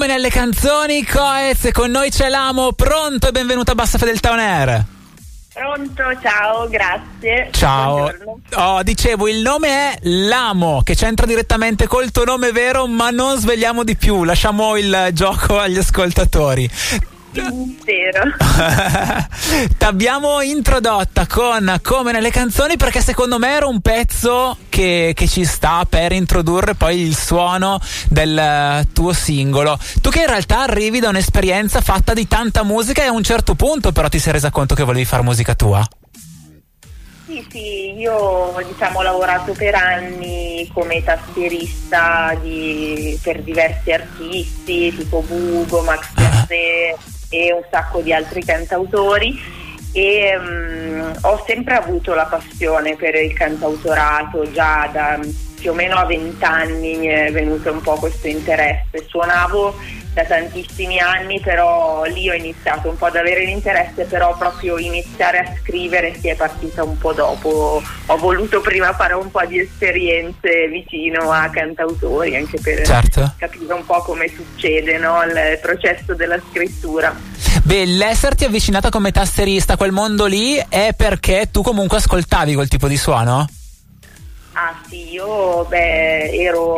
come nelle canzoni. Coez, con noi c'è l'Amo. Pronto e benvenuto a Bassa Fedeltà On Air. Pronto, ciao, grazie. Ciao. Buongiorno. Dicevo, il nome è L'Amo, che c'entra direttamente col tuo nome vero, ma non sveliamo di più, lasciamo il gioco agli ascoltatori. Il mistero. T'abbiamo introdotta con Come nelle canzoni perché secondo me era un pezzo che ci sta per introdurre poi il suono del tuo singolo. Tu che in realtà arrivi da un'esperienza fatta di tanta musica e a un certo punto però ti sei resa conto che volevi fare musica tua. Sì, io ho lavorato per anni come tastierista per diversi artisti tipo Bugo, Max Pezzè e un sacco di altri cantautori e ho sempre avuto la passione per il cantautorato, già da più o meno a 20 anni mi è venuto un po' questo interesse. Suonavo da tantissimi anni, però lì ho iniziato un po' ad avere l'interesse, però proprio iniziare a scrivere si è partita un po' dopo. Ho voluto prima fare un po' di esperienze vicino a cantautori, anche per capire un po' come succede, no? Il processo della scrittura. Beh, l'esserti avvicinata come tastierista a quel mondo lì è perché tu comunque ascoltavi quel tipo di suono? Ah sì, io ero,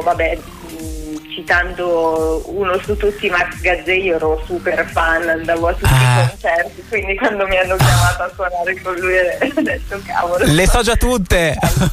citando uno su tutti, Max Gazzè, io ero super fan, andavo a tutti i concerti, quindi quando mi hanno chiamato a suonare con lui ho detto cavolo. Le so già tutte!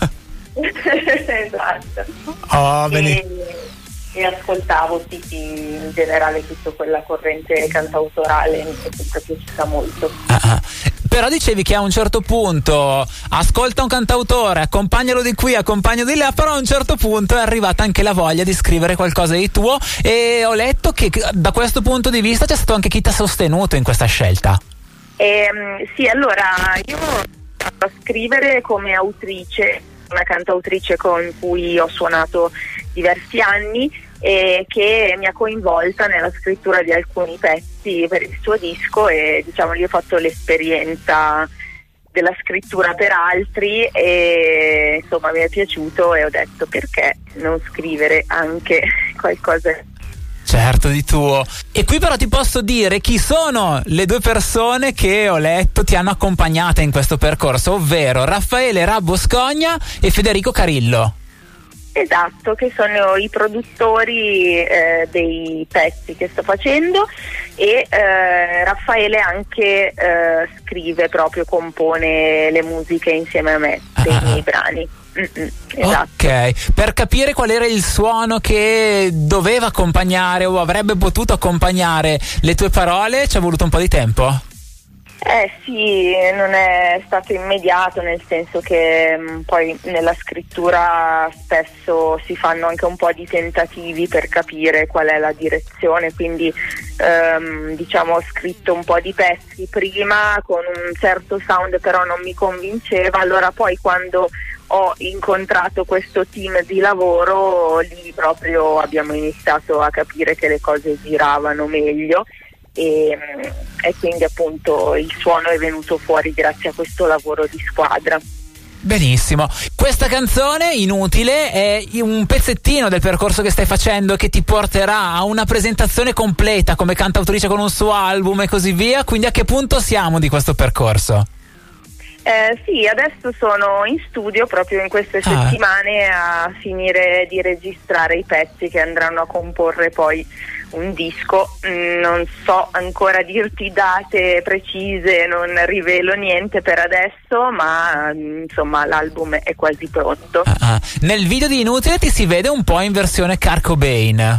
Esatto. E ascoltavo in generale tutta quella corrente cantautorale, mi è sempre piaciuta molto. Però dicevi che a un certo punto ascolta un cantautore, accompagnalo di qui, accompagnalo di là, però a un certo punto è arrivata anche la voglia di scrivere qualcosa di tuo e ho letto che da questo punto di vista c'è stato anche chi ti ha sostenuto in questa scelta. Sì, allora io ho iniziato a scrivere come autrice, una cantautrice con cui ho suonato diversi anni e che mi ha coinvolta nella scrittura di alcuni pezzi per il suo disco e lì ho fatto l'esperienza della scrittura per altri e insomma mi è piaciuto e ho detto perché non scrivere anche qualcosa. Certo, di tuo. E qui però ti posso dire chi sono le due persone che ho letto ti hanno accompagnata in questo percorso, ovvero Raffaele Rabboscogna e Federico Carillo. Esatto, che sono i produttori dei pezzi che sto facendo e Raffaele anche scrive, proprio compone le musiche insieme a me dei miei brani. Esatto. Ok, per capire qual era il suono che doveva accompagnare o avrebbe potuto accompagnare le tue parole ci è voluto un po' di tempo? Sì, non è stato immediato, nel senso che poi nella scrittura spesso si fanno anche un po' di tentativi per capire qual è la direzione, quindi ho scritto un po' di pezzi prima con un certo sound, però non mi convinceva, allora poi quando ho incontrato questo team di lavoro lì proprio abbiamo iniziato a capire che le cose giravano meglio e quindi appunto il suono è venuto fuori grazie a questo lavoro di squadra. Benissimo, questa canzone Inutile è un pezzettino del percorso che stai facendo che ti porterà a una presentazione completa come cantautrice con un suo album e così via, quindi a che punto siamo di questo percorso? Sì, adesso sono in studio proprio in queste settimane a finire di registrare i pezzi che andranno a comporre poi un disco. Non so ancora dirti date precise, non rivelo niente per adesso, ma insomma l'album è quasi pronto. Nel video di Inutile ti si vede un po' in versione Kurt Cobain.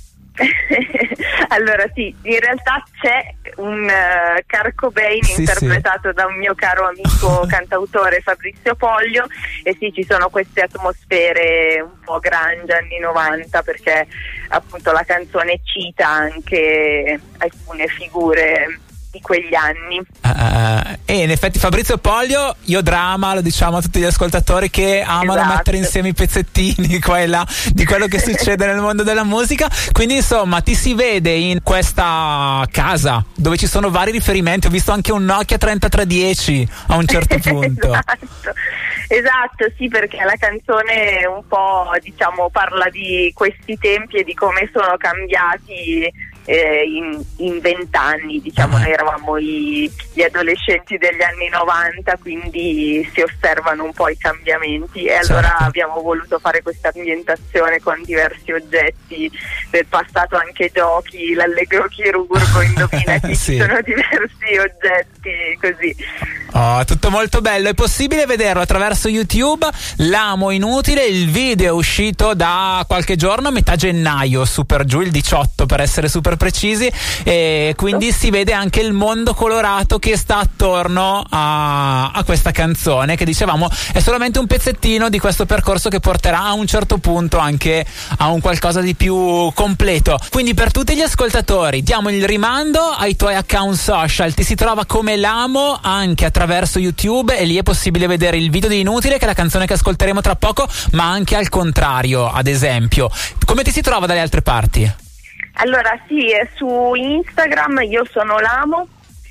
Allora sì, in realtà c'è un Kurt Cobain interpretato da un mio caro amico cantautore Fabrizio Poglio e sì, ci sono queste atmosfere un po' grunge anni 90 perché appunto la canzone cita anche alcune figure di quegli anni. E in effetti Fabrizio Poglio, io drama, lo diciamo a tutti gli ascoltatori che amano mettere insieme i pezzettini qua e là di quello che succede nel mondo della musica, quindi insomma ti si vede in questa casa dove ci sono vari riferimenti, ho visto anche un Nokia 3310 a un certo punto. Esatto, sì, perché la canzone un po' parla di questi tempi e di come sono cambiati in 20 anni, diciamo. Noi eravamo gli adolescenti degli anni 90, quindi si osservano un po' i cambiamenti, e allora abbiamo voluto fare questa ambientazione con diversi oggetti del passato, anche giochi, l'allegro chirurgo, indovinati, ci sono diversi oggetti così. Tutto molto bello. È possibile vederlo attraverso YouTube, L'Amo Inutile. Il video è uscito da qualche giorno, a metà gennaio, super giù, il 18 per essere super precisi, e quindi si vede anche il mondo colorato che sta attorno a questa canzone, che dicevamo è solamente un pezzettino di questo percorso che porterà a un certo punto anche a un qualcosa di più completo. Quindi per tutti gli ascoltatori diamo il rimando ai tuoi account social. Ti si trova come L'Amo anche attraverso YouTube, e lì è possibile vedere il video di Inutile, che è la canzone che ascolteremo tra poco, ma anche al contrario, ad esempio. Come ti si trova dalle altre parti? Allora sì, su Instagram io sono L'Amo,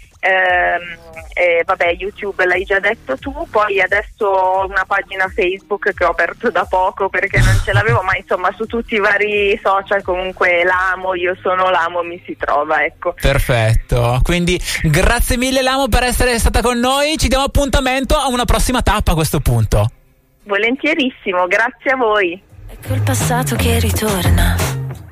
vabbè, YouTube l'hai già detto tu, poi adesso ho una pagina Facebook che ho aperto da poco perché non ce l'avevo, ma insomma su tutti i vari social comunque L'Amo, io sono L'Amo, mi si trova, ecco. Perfetto, quindi grazie mille L'Amo per essere stata con noi, ci diamo appuntamento a una prossima tappa a questo punto. Volentierissimo, grazie a voi. Ecco il passato che ritorna,